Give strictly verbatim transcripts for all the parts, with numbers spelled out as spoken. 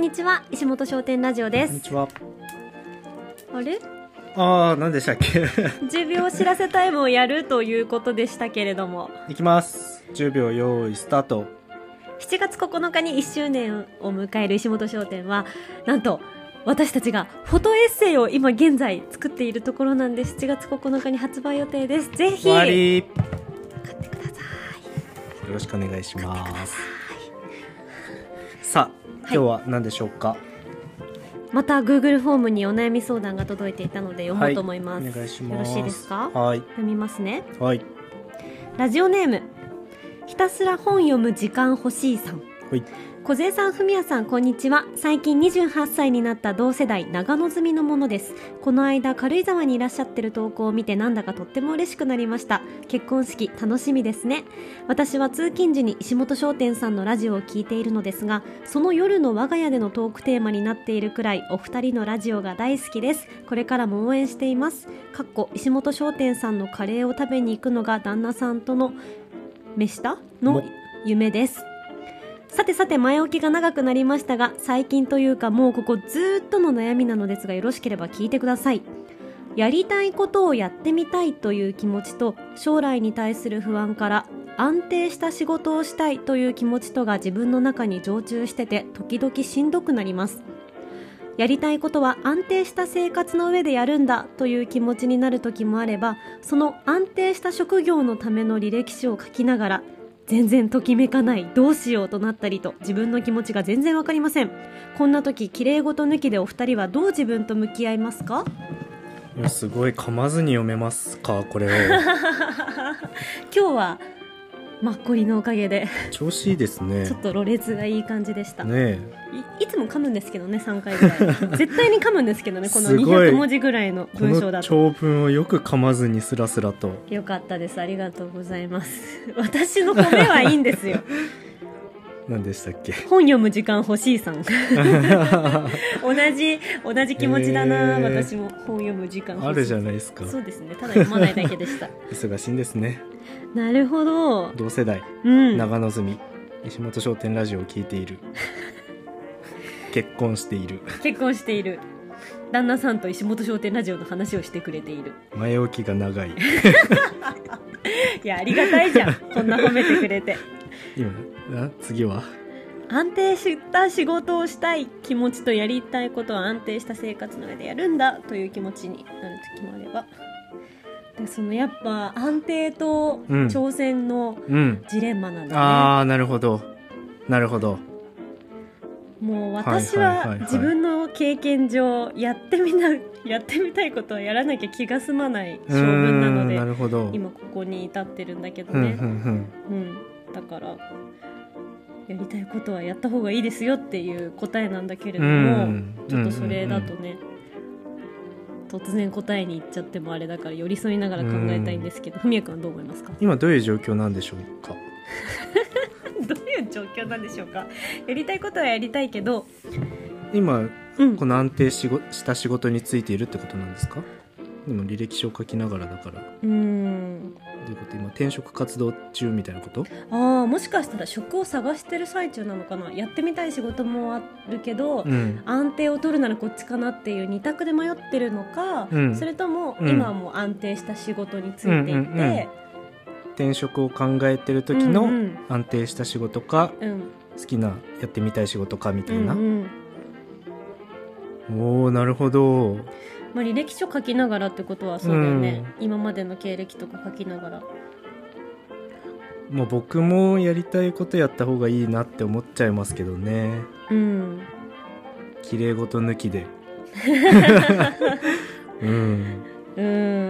にちは、石本商店ラジオです。 こんにちは。 あれああ、何でしたっけじゅうびょうお知らせタイムをやるということでしたけれども、 いきます。じゅうびょう用意スタート。 しちがつここのかにいっしゅうねんを迎える石本商店は、なんと私たちがフォトエッセイを今現在作っているところなんで、しちがつここのかに発売予定です。ぜひ終わり。 買ってください。 よろしくお願いします。さあ、今日は何でしょうか。はい、 また Google フォームにお悩み相談が届いていたので読もうと思います。 はい、お願いします。 よろしいですか。 はい、 読みますね。 はい。 ラジオネームひたすら本読む時間欲しいさん。 はい。 小杉さん、ふみやさん、こんにちは。最近にじゅうはっさいになった同世代長野済みのものです。この間軽井沢にいらっしゃってる投稿を見てなんだかとっても嬉しくなりました。結婚式楽しみですね。私は通勤時に石本商店さんのラジオを聞いているのですが、その夜の我が家でのトークテーマになっているくらいお二人のラジオが大好きです。これからも応援しています。かっこ石本商店さんのカレーを食べに行くのが旦那さんとの飯したの夢です。さてさて、前置きが長くなりましたが、最近というかもうここずっとの悩みなのですが、よろしければ聞いてください。やりたいことをやってみたいという気持ちと、将来に対する不安から安定した仕事をしたいという気持ちとが自分の中に常駐してて、時々しんどくなります。やりたいことは安定した生活の上でやるんだという気持ちになる時もあれば、その安定した職業のための履歴書を書きながら、全然ときめかない、どうしようとなったりと、自分の気持ちが全然わかりません。こんな時、綺麗事抜きでお二人はどう自分と向き合いますか？ いや、すごい噛まずに読めますか、これを。 今日はマッコリのおかげで調子いいですね。 ちょっとろれつがいい感じでしたね。 い, いつも噛むんですけどね、さんかいぐらい絶対に噛むんですけどね、このにひゃくもじぐらいの文章だと。 この長文をよく噛まずにスラスラと。 よかったです、ありがとうございます。私の褒めはいいんですよ。 何でしたっけ。 本読む時間欲しいさん。同じ同じ気持ちだな、えー、私も本読む時間欲しい。 あるじゃないですか。 そうですね、ただ読まないだけでした。 忙しいんですね。 なるほど。 同世代、 うん、 長野済み、石本商店ラジオを聞いている。結婚している。結婚している。旦那さんと石本商店ラジオの話をしてくれている。 前置きが長い。いや、ありがたいじゃん、こんな褒めてくれて。 今次は安定した仕事をしたい気持ちと、やりたいことは安定した生活の上でやるんだという気持ちになる時もあれば、でそのやっぱ安定と挑戦のジレンマなんだね、うんうん、 ああ、なるほどなるほど。もう私は自分の経験上やってみなやってみたいことはやらなきゃ気が済まない性分なので、 なるほど、 今ここに至ってるんだけどね、 うんうんうんうん、だからやりたいことはやった方がいいですよっていう答えなんだけれども、ちょっとそれだとね、うんうんうん、突然答えに行っちゃってもあれだから寄り添いながら考えたいんですけど、ふみやくんはどう思いますか？ 今どういう状況なんでしょうか。 どういう状況なんでしょうか。やりたいことはやりたいけど、 今、 うん、 この安定しごした仕事についているってことなんですか？でも履歴書を書きながらだから、 うーん、 どういうこと？今転職活動中みたいなこと？ ああ、もしかしたら職を探してる最中なのかな。やってみたい仕事もあるけど、うん、安定を取るならこっちかなっていう二択で迷ってるのか、うん、それとも今はもう安定した仕事についていて、うんうんうん、 転職を考えてる時の安定した仕事か、うんうん、好きなやってみたい仕事かみたいな、うんうん、おー、なるほど。 まあ、履歴書書きながらってことはそうだよね、うん、今までの経歴とか書きながら。 もう僕もやりたいことやった方がいいなって思っちゃいますけどね、うん、綺麗事抜きでうん、うん、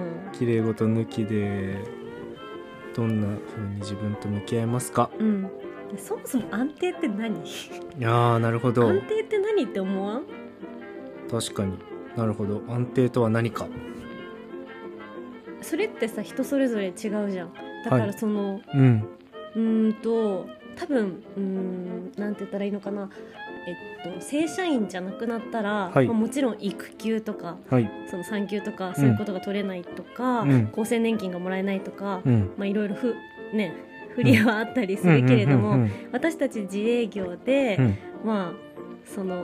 綺麗事抜きでどんな風に自分と向き合いますか、 うん、そもそも安定って何？いやー、なるほど。 安定って何って思わん？確かに、なるほど。安定とは何か。 それってさ、人それぞれ違うじゃん。だからその、はい、うん、うーんと多分うーんなんて言ったらいいのかな、えっと、正社員じゃなくなったら、はい、まあ、もちろん育休とか、はい、その産休とかそういうことが取れないとか、うん、厚生年金がもらえないとか、うん、まあ、いろいろふ、ね、不利はあったりするけれども、うんうんうんうん、私たち自営業で、うん、まあその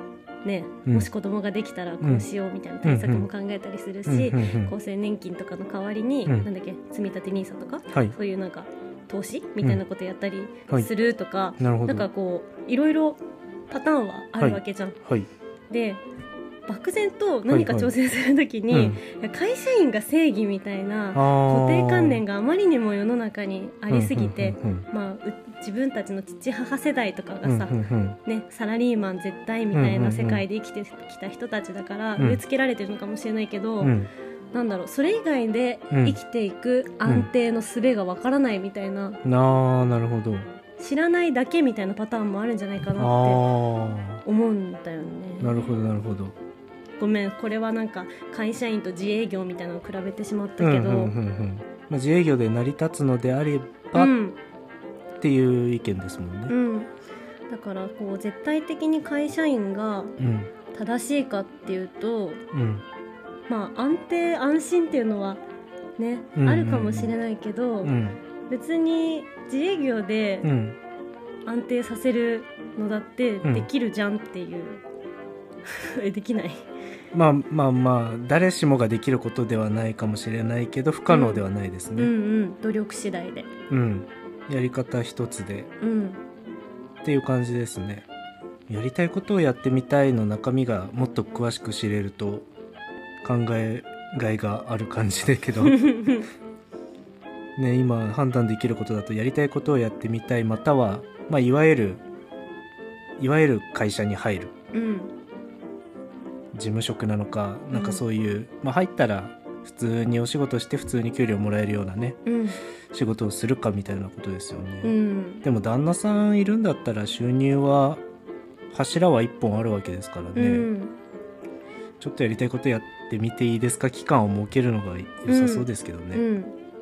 ね、もし子供ができたらこうしようみたいな対策も考えたりするし、厚生年金とかの代わりに、なんだっけ、積立 ニーサ とか、はい、そういうなんか投資みたいなことやったりするとか、うんはい、な, なんかこういろいろパターンはあるわけじゃん、はいはい、で漠然と何か挑戦するときに、はいはいうん、会社員が正義みたいな固定観念があまりにも世の中にありすぎて、まあ、自分たちの父母世代とかがさ、うんうんうんね、サラリーマン絶対みたいな世界で生きてきた人たちだから植え付けられてるのかもしれないけど、うん、なんだろう、それ以外で生きていく安定の術がわからないみたいな、 うん、あ、なるほど、 知らないだけみたいなパターンもあるんじゃないかなって思うんだよね。 なるほどなるほど。 ごめん、これはなんか会社員と自営業みたいなのを比べてしまったけど、うんうんうんうんまあ、自営業で成り立つのであれば、うん、っていう意見ですもんね、うん、 だからこう絶対的に会社員が正しいかっていうと、うん、まあ安定安心っていうのはね、うんうんうん、あるかもしれないけど、うん、別に自営業で安定させるのだってできるじゃんっていう、うん、えできないまあまあまあ誰しもができることではないかもしれないけど不可能ではないですね、 うんうんうん、努力次第で、 うん、やり方一つで、うん、っていう感じですね。やりたいことをやってみたいの中身がもっと詳しく知れると考えがいがある感じだけどね、今判断できることだとやりたいことをやってみたいまたは、まあ、いわゆるいわゆる会社に入る、うん事務職なのかなんかそういう、うんまあ、入ったら普通にお仕事して普通に給料もらえるようなね、うん、仕事をするかみたいなことですよね、うん、でも旦那さんいるんだったら収入は柱はいっぽんあるわけですからね、うん、ちょっとやりたいことやってみていいですか期間を設けるのが良さそうですけどね、うんうん、いや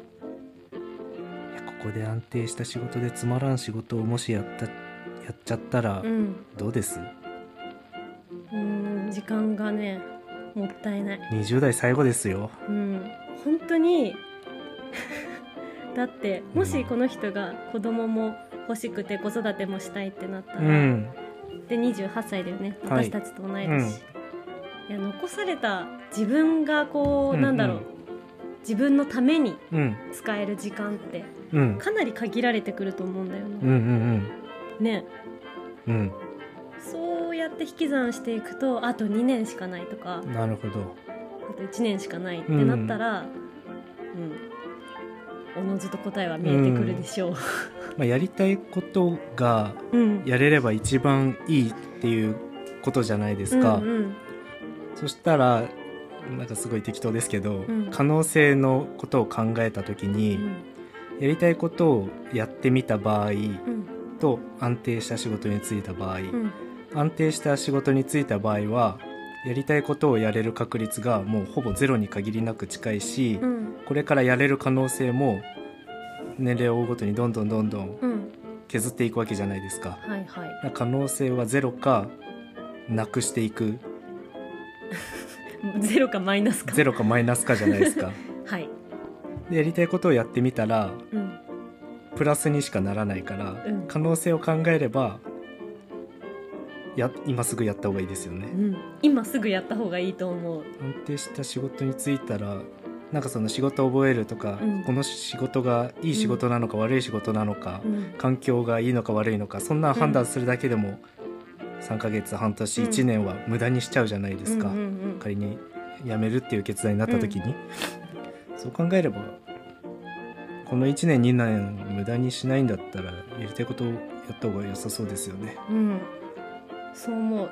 ここで安定した仕事でつまらん仕事をもしやった、やっちゃったらどうです、 うん時間がねもったいない。 にじゅう代最後ですよ、 うん、本当にだってもしこの人が子供も欲しくて子育てもしたいってなったら、うん、でにじゅうはっさいだよね私たちと同い年、はいうん、いや残された自分がこう、うんうん、なんだろう自分のために使える時間ってかなり限られてくると思うんだよね、うんうんうん、ね、うんそうやって引き算していくとあとにねんしかないとかなるほどあといちねんしかないってなったら、うんうん、おのずと答えは見えてくるでしょう、うんまあ、やりたいことがやれれば一番いいっていうことじゃないですか、うんうん、そしたらなんかすごい適当ですけど、うん、可能性のことを考えた時に、うん、やりたいことをやってみた場合、うん、と安定した仕事に就いた場合、うん安定した仕事に就いた場合はやりたいことをやれる確率がもうほぼゼロに限りなく近いし、うん、これからやれる可能性も年齢を追うごとにどんどんどんどん削っていくわけじゃないですか、うんはいはい、可能性はゼロかなくしていくゼロかマイナスかゼロかマイナスかじゃないですか、はい、でやりたいことをやってみたら、うん、プラスにしかならないから、うん、可能性を考えればや今すぐやった方がいいですよね、うん、 今すぐやった方がいいと思う。 安定した仕事に就いたらなんかその仕事を覚えるとか、うん、この仕事がいい仕事なのか悪い仕事なのか、うん、環境がいいのか悪いのかそんな判断するだけでもさんかげつ半年いちねんは無駄にしちゃうじゃないですか、うんうんうんうん、仮に辞めるっていう決断になった時に、うん、そう考えればこのいちねんにねん無駄にしないんだったらやりたいことをやった方が良さそうですよね、うんそう思う。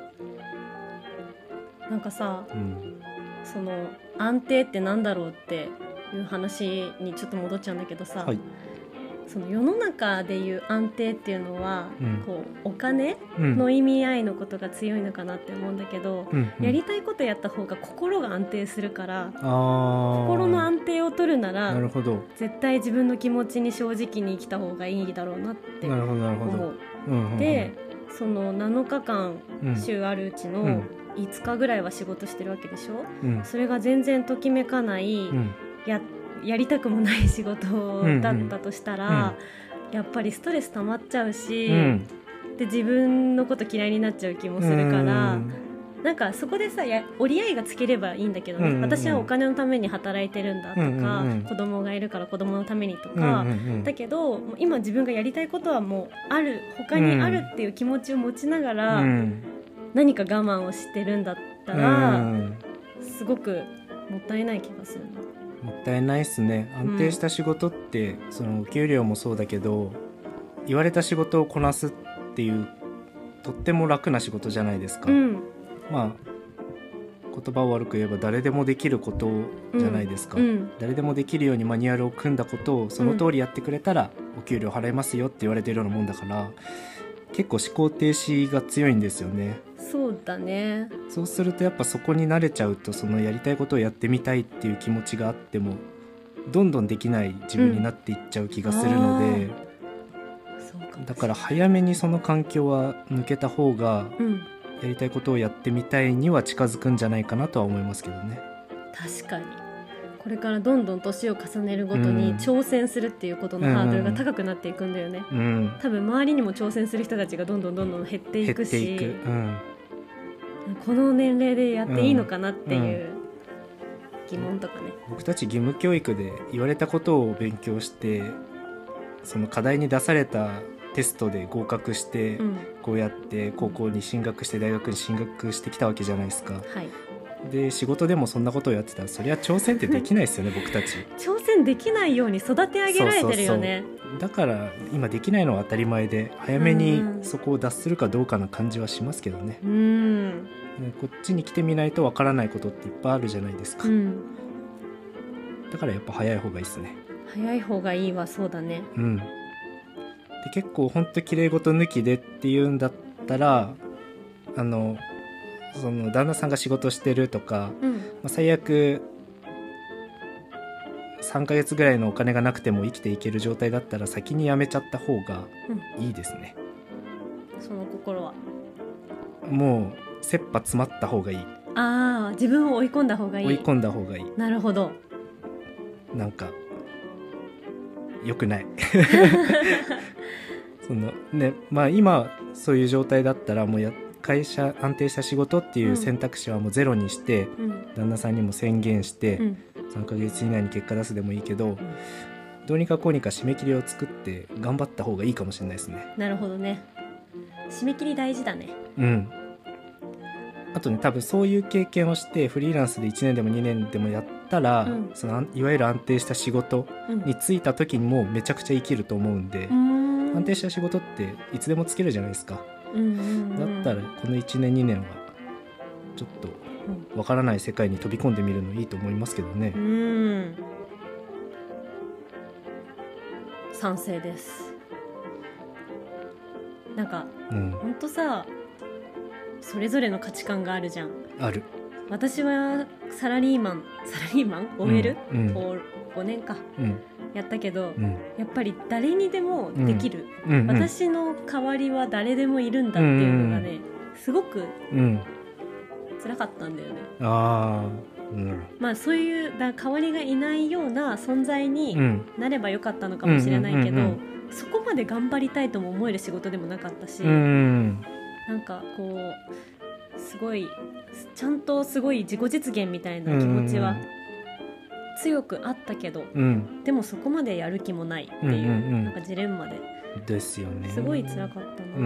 なんかさ、うん、その安定ってなんだろうっていう話にちょっと戻っちゃうんだけどさ、はい、その世の中でいう安定っていうのは、うん、こうお金の意味合いのことが強いのかなって思うんだけど、うんうん、やりたいことやった方が心が安定するから、あ心の安定を取るならなるほど絶対自分の気持ちに正直に生きた方がいいだろうなって思う。なるほどなるほど、うんうんうん、でそのなのかかん週あるうちのいつかぐらいは仕事してるわけでしょ、うん、それが全然ときめかない、うん、や, やりたくもない仕事だったとしたら、うんうん、やっぱりストレス溜まっちゃうし、うん、で自分のこと嫌いになっちゃう気もするから、 なんかそこでさや折り合いがつければいいんだけどね、うんうんうん、私はお金のために働いてるんだとか、うんうんうん、子供がいるから子供のためにとか、うんうんうん、だけど今自分がやりたいことはもうある他にあるっていう気持ちを持ちながら、うん、何か我慢をしてるんだったら、うん、すごくもったいない気がするな。 もったいないっすね。安定した仕事って、うん、そのお給料もそうだけど言われた仕事をこなすっていうとっても楽な仕事じゃないですか、うん、まあ言葉を悪く言えば誰でもできることじゃないですか、うんうん、誰でもできるようにマニュアルを組んだことをその通りやってくれたらお給料払えますよって言われてるようなもんだから結構思考停止が強いんですよね。 そうだね。 そうするとやっぱそこに慣れちゃうとそのやりたいことをやってみたいっていう気持ちがあってもどんどんできない自分になっていっちゃう気がするので、うんだから早めにその環境は抜けた方が、うん、やりたいことをやってみたいには近づくんじゃないかなとは思いますけどね。 確かにこれからどんどん年を重ねるごとに挑戦するっていうことのハードルが高くなっていくんだよね、うん、多分周りにも挑戦する人たちがどんどんどんどん減っていくし、減っていく、うん、この年齢でやっていいのかなっていう疑問とかね、うんうん、 僕たち義務教育で言われたことを勉強してその課題に出されたテストで合格して、うん、こうやって高校に進学して大学に進学してきたわけじゃないですか、はい、で仕事でもそんなことをやってたらそりゃ挑戦ってできないですよね僕たち挑戦できないように育て上げられてるよね。 そうそうそうだから今できないのは当たり前で早めにそこを脱するかどうかな感じはしますけどね。うんこっちに来てみないとわからないことっていっぱいあるじゃないですか、うん、だからやっぱ早い方がいいですね。 早い方がいいわ。そうだね。 うんで結構ほんと綺麗事抜きでっていうんだったらあのその旦那さんが仕事してるとか、うんまあ、最悪さんかげつぐらいのお金がなくても生きていける状態だったら先に辞めちゃった方がいいですね、 うん、その心はもう切羽詰まった方がいい。 ああ自分を追い込んだ方がいい。 追い込んだ方がいい。 なるほど。 なんか良くないそのねまあ今そういう状態だったらもうや会社安定した仕事っていう選択肢はもうゼロにして、うん、旦那さんにも宣言して、うん、さんかげつ以内に結果出すでもいいけど、うん、どうにかこうにか締め切りを作って頑張った方がいいかもしれないですね。 なるほどね。締め切り大事だね。 うんあとね多分そういう経験をしてフリーランスでいちねんでもにねんでもやったら、うん、そのいわゆる安定した仕事に就いた時にもめちゃくちゃ生きると思うんで、うん、安定した仕事っていつでもつけるじゃないですか、うんうんうん、だったらこのいちねんにねんはちょっとわからない世界に飛び込んでみるのいいと思いますけどね。うん賛成です。なんか、うん、ほんとさそれぞれの価値観があるじゃん。 ある。 私はサラリーマンサラリーマン オーエル、うんうん、ごねんか、うん、やったけど、うん、やっぱり誰にでもできる、うんうんうん、私の代わりは誰でもいるんだっていうのがね、うんうん、すごく辛かったんだよね、うん、あ、うん、まあそういうだ代わりがいないような存在になればよかったのかもしれないけど、うんうんうんうん、そこまで頑張りたいとも思える仕事でもなかったし、うんうん、なんかこうすごいちゃんとすごい自己実現みたいな気持ちは強くあったけど、うん、でもそこまでやる気もないっていう、うんうんうん、なんかジレンマでですよね。 すごい辛かったな、うんうんうん、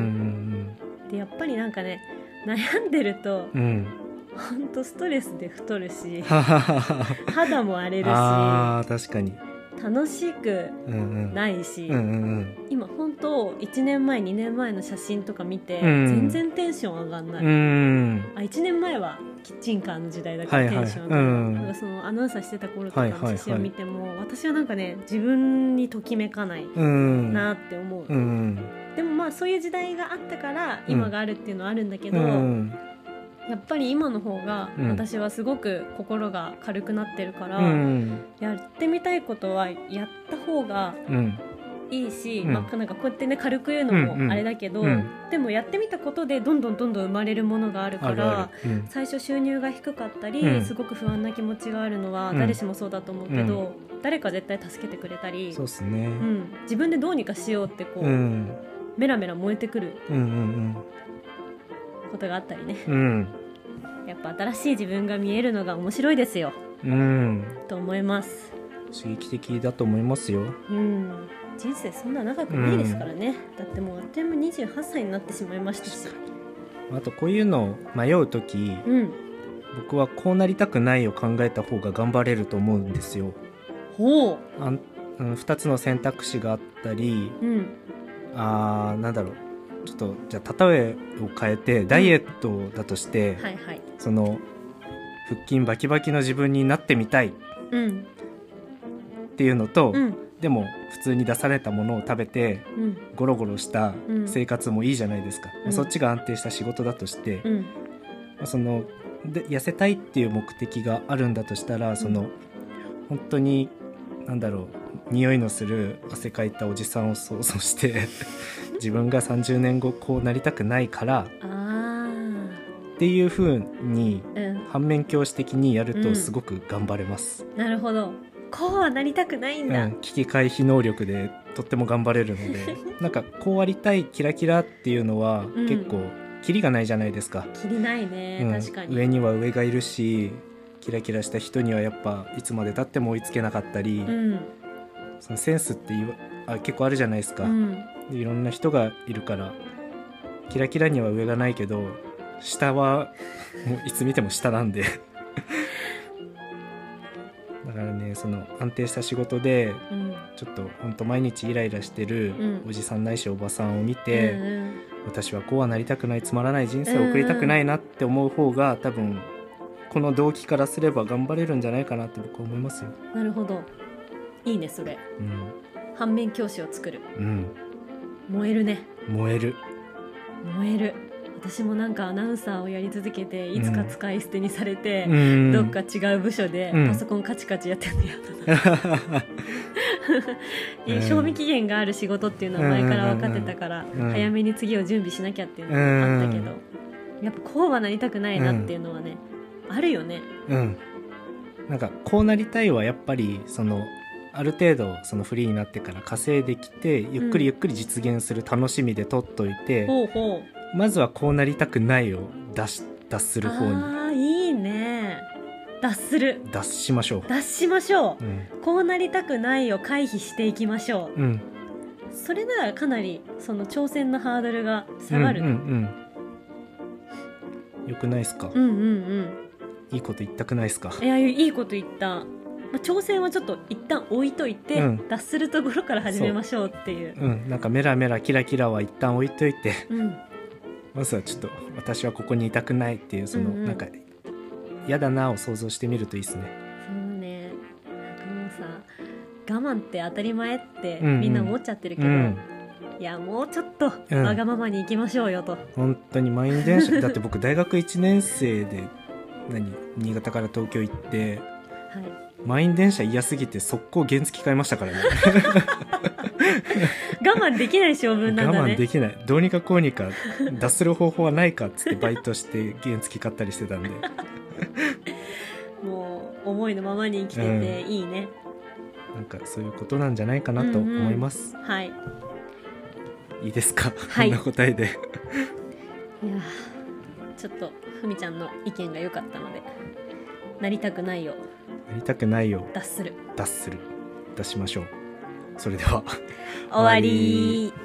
でやっぱりなんかね悩んでると、うん、ほんとストレスで太るし肌も荒れるしあ確かに楽しくないし、うんうんうん、今本当いちねんまえにねんまえの写真とか見て、うん、全然テンション上がんない、うん、あいちねんまえはキッチンカーの時代だからテンション上がる、はいはいうん、なんかそのアナウンサーしてた頃とかの写真を見ても、はいはいはい、私はなんかね自分にときめかないなって思う、うん、でもまあそういう時代があったから今があるっていうのはあるんだけど、うん、やっぱり今の方が私はすごく心が軽くなってるから、うん、やってみたいことはやった方がいいし、うんまあ、なんかこうやってね軽く言うのもあれだけど、うんうん、でもやってみたことでどんどんどんどん生まれるものがあるから、あるある、うん、最初収入が低かったり、うん、すごく不安な気持ちがあるのは誰しもそうだと思うけど、うん、誰か絶対助けてくれたり、 そうっすね、うん、 自分でどうにかしようってこう、うん、メラメラ燃えてくることがあったりね、うんやっぱ新しい自分が見えるのが面白いですよ。 うんと思います。 刺激的だと思いますよ。 うん人生そんな長くないですからね、うん、だってもうあっという間にじゅうはっさいになってしまいましたし。 あとこういうのを迷うとき、うん、僕はこうなりたくないを考えた方が頑張れると思うんですよ。 ほうあん、うん、ふたつの選択肢があったり、うん、あーなんだろうちょっとじゃあ例えを変えてダイエットだとして、うんはいはい、その腹筋バキバキの自分になってみたいっていうのと、うん、でも普通に出されたものを食べて、うん、ゴロゴロした生活もいいじゃないですか、うん、そっちが安定した仕事だとして、うん、そので痩せたいっていう目的があるんだとしたら、その、うん、本当になんだろう匂いのする汗かいたおじさんを想像して自分がさんじゅうねんごこうなりたくないからあっていう風に、うん、反面教師的にやるとすごく頑張れます、 うん、なるほどこうはなりたくないんだ、 うん、危機回避能力でとっても頑張れるのでなんかこうありたいキラキラっていうのは、うん、結構キリがないじゃないですか。 キリないね、うん、確かに上には上がいるしキラキラした人にはやっぱいつまで経っても追いつけなかったり、うん、そのセンスっていうあ結構あるじゃないですか、うん、でいろんな人がいるからキラキラには上がないけど下はもういつ見ても下なんでだからねその安定した仕事で、うん、ちょっとほんと毎日イライラしてるおじさんないしおばさんを見て、うんうん、私はこうはなりたくないつまらない人生を送りたくないなって思う方が多分この動機からすれば頑張れるんじゃないかなって僕は思いますよ。 なるほどいいねそれ、うん、反面教師を作る、うん、燃えるね燃える燃える私もなんかアナウンサーをやり続けていつか使い捨てにされて、うん、どっか違う部署でパソコンカチカチやってるの嫌だな、うん、賞味期限がある仕事っていうのは前から分かってたから、うん、早めに次を準備しなきゃっていうのがあったけど、やっぱこうはなりたくないなっていうのはね、うん、あるよね。 うんなんかこうなりたいはやっぱりそのある程度そのフリーになってから稼いできてゆっくりゆっくり実現する楽しみで取っといて、うん、ほうほうまずはこうなりたくないを脱し脱する方に。 あーいいね脱する脱しましょう脱しましょう、うん、こうなりたくないを回避していきましょう、うん、それならかなりその挑戦のハードルが下がる、うんうんうん、よくないですか、 うんうんうんいいこと言ったくないですか。 いやいいこと言った、まあ、挑戦はちょっと一旦置いといて、うん、脱するところから始めましょうっていう、 うん、なんかメラメラキラキラは一旦置いといて、うん、まずはちょっと私はここにいたくないっていうその、うんうん、なんか嫌だなを想像してみるといいですね。 そうねなんかもうさ我慢って当たり前ってみんな思っちゃってるけど、うんうんいやもうちょっとわがままに行きましょうよと、うん、 本当に満員電車だって僕大学いちねん生で何新潟から東京行って、はい、満員電車嫌すぎて速攻原付買いましたからね我慢できない性分なんだね。 我慢できないどうにかこうにか脱する方法はないかっつってバイトして原付買ったりしてたんでもう思いのままに生きてていいね、 うん、なんかそういうことなんじゃないかなと思います、 うんうん、はいいいですか、はい、こんな答えでいやちょっとふみちゃんの意見が良かったのでなりたくないよなりたくないよ脱する脱する脱しましょう。それでは終わり。